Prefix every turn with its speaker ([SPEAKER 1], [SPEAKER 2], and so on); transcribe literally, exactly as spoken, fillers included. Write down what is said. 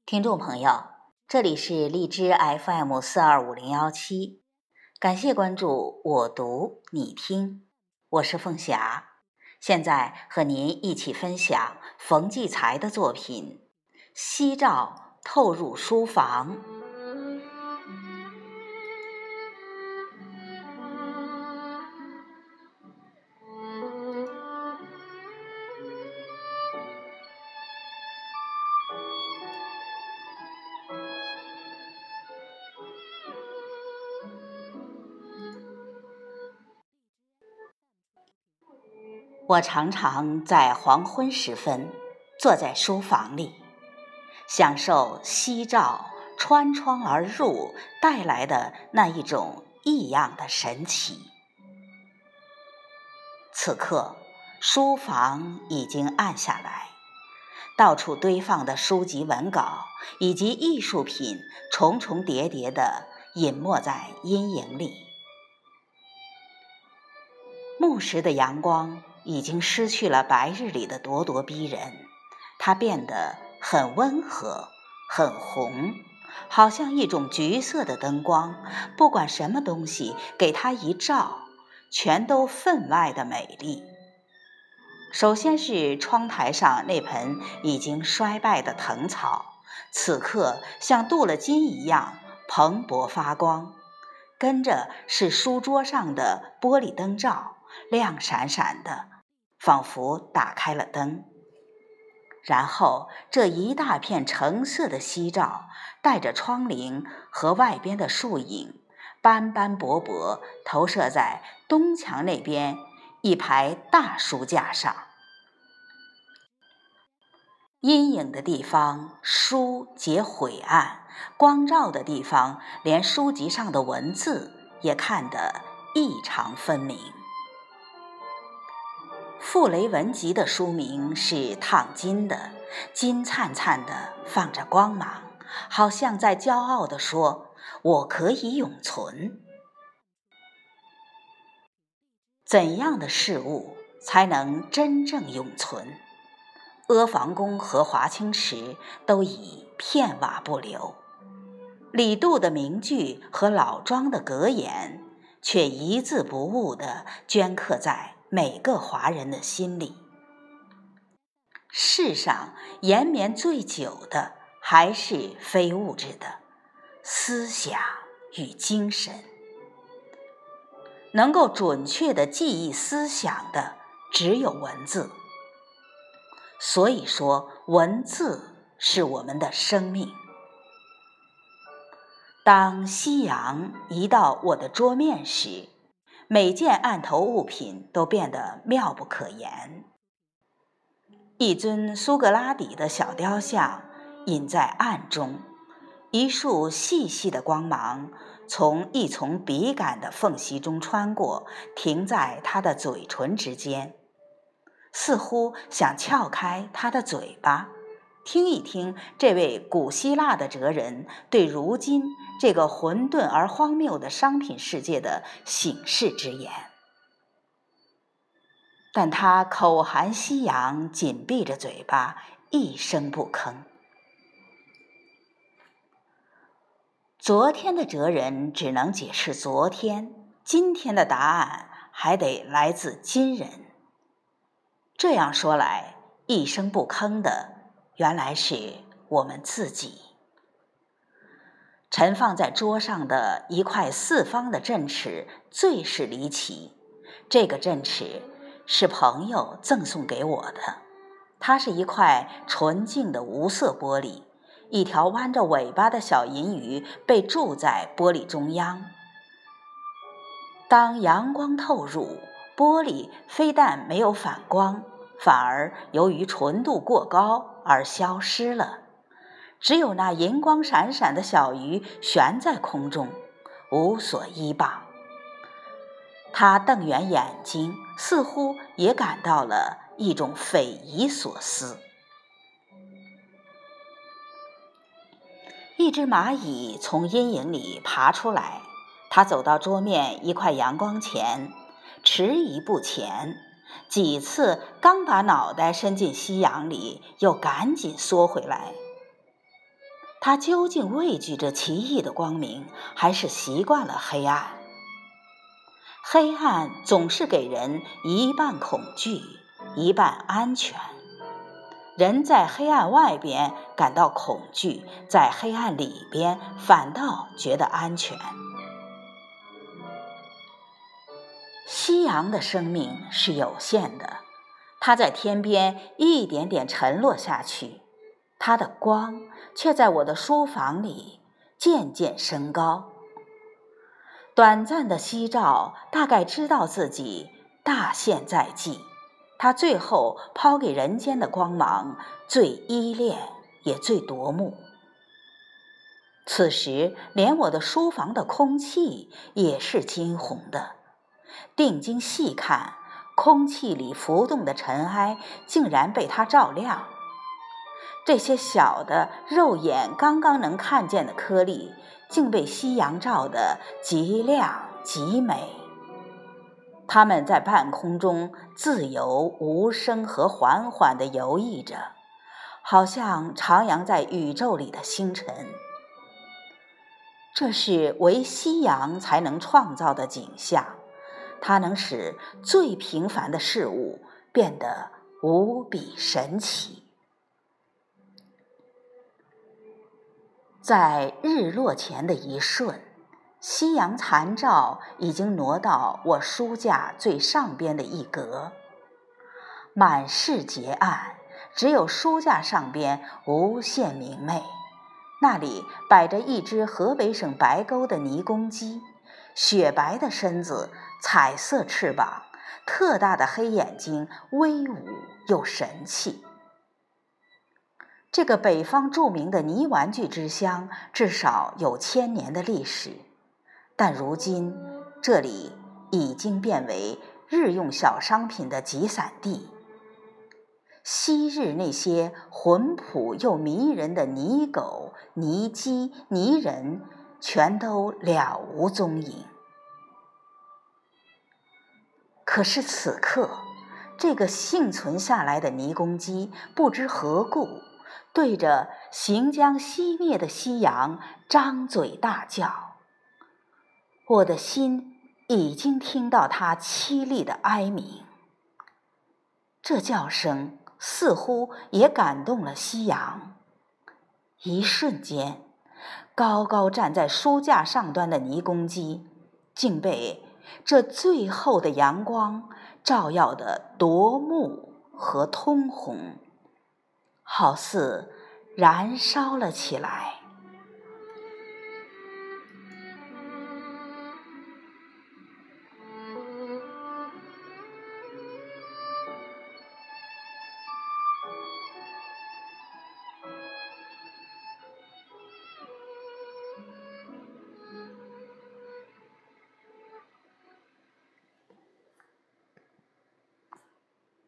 [SPEAKER 1] 听众朋友，这里是荔枝 F M 四二五零一七，感谢关注我读你听，我是凤霞，现在和您一起分享冯骥才的作品《夕照透入书房》。我常常在黄昏时分坐在书房里，享受夕照穿窗而入带来的那一种异样的神奇。此刻书房已经暗下来，到处堆放的书籍文稿以及艺术品重重叠叠地隐没在阴影里。暮时的阳光已经失去了白日里的咄咄逼人，它变得很温和，很红，好像一种橘色的灯光，不管什么东西给它一照，全都分外的美丽。首先是窗台上那盆已经衰败的藤草，此刻像镀了金一样蓬勃发光，跟着是书桌上的玻璃灯罩，亮闪闪的，仿佛打开了灯。然后这一大片橙色的夕照带着窗棂和外边的树影，斑斑驳驳投射在东墙那边一排大书架上。阴影的地方书结晦暗，光照的地方连书籍上的文字也看得异常分明。傅雷文集的书名是烫金的，金灿灿的放着光芒，好像在骄傲地说，我可以永存。怎样的事物才能真正永存？阿房宫和华清池都已片瓦不留，李杜的名句和老庄的格言却一字不误地镌刻在每个华人的心里。世上延绵最久的还是非物质的思想与精神，能够准确地记忆思想的只有文字。所以说，文字是我们的生命。当夕阳移到我的桌面时，每件案头物品都变得妙不可言。一尊苏格拉底的小雕像隐在暗中，一束细细的光芒从一丛笔杆的缝隙中穿过，停在他的嘴唇之间，似乎想撬开他的嘴巴，听一听这位古希腊的哲人对如今这个混沌而荒谬的商品世界的醒世之言。但他口含夕阳，紧闭着嘴巴，一声不吭。昨天的哲人只能解释昨天，今天的答案还得来自今人。这样说来，一声不吭的原来是我们自己。陈放在桌上的一块四方的镇尺最是离奇，这个镇尺是朋友赠送给我的，它是一块纯净的无色玻璃，一条弯着尾巴的小银鱼被铸在玻璃中央。当阳光透入，玻璃非但没有反光，反而由于纯度过高而消失了，只有那银光闪闪的小鱼悬在空中，无所依傍。他瞪圆眼睛，似乎也感到了一种匪夷所思。一只蚂蚁从阴影里爬出来，它走到桌面一块阳光前，迟一步前，几次刚把脑袋伸进夕阳里，又赶紧缩回来。 他究竟畏惧这奇异的光明，还是习惯了黑暗？黑暗总是给人一半恐惧，一半安全。人在黑暗外边感到恐惧，在黑暗里边反倒觉得安全。夕阳的生命是有限的，它在天边一点点沉落下去，它的光却在我的书房里渐渐升高。短暂的夕照大概知道自己大限在即，它最后抛给人间的光芒最依恋也最夺目。此时连我的书房的空气也是金红的，定睛细看，空气里浮动的尘埃竟然被它照亮。这些小的肉眼刚刚能看见的颗粒，竟被夕阳照得极亮极美。它们在半空中自由无声和缓缓地游弋着，好像徜徉在宇宙里的星辰。这是唯夕阳才能创造的景象，它能使最平凡的事物变得无比神奇。在日落前的一瞬，夕阳残照已经挪到我书架最上边的一格，满是结暗，只有书架上边无限明媚。那里摆着一只河北省白沟的泥公鸡，雪白的身子，彩色翅膀，特大的黑眼睛，威武又神气。这个北方著名的泥玩具之乡至少有千年的历史，但如今这里已经变为日用小商品的集散地。昔日那些浑朴又迷人的泥狗、泥鸡、泥人，全都了无踪影。可是此刻，这个幸存下来的泥公鸡不知何故，对着行将熄灭的夕阳张嘴大叫。我的心已经听到它凄厉的哀鸣，这叫声似乎也感动了夕阳。一瞬间，高高站在书架上端的泥公鸡竟被这最后的阳光照耀得夺目和通红，好似燃烧了起来。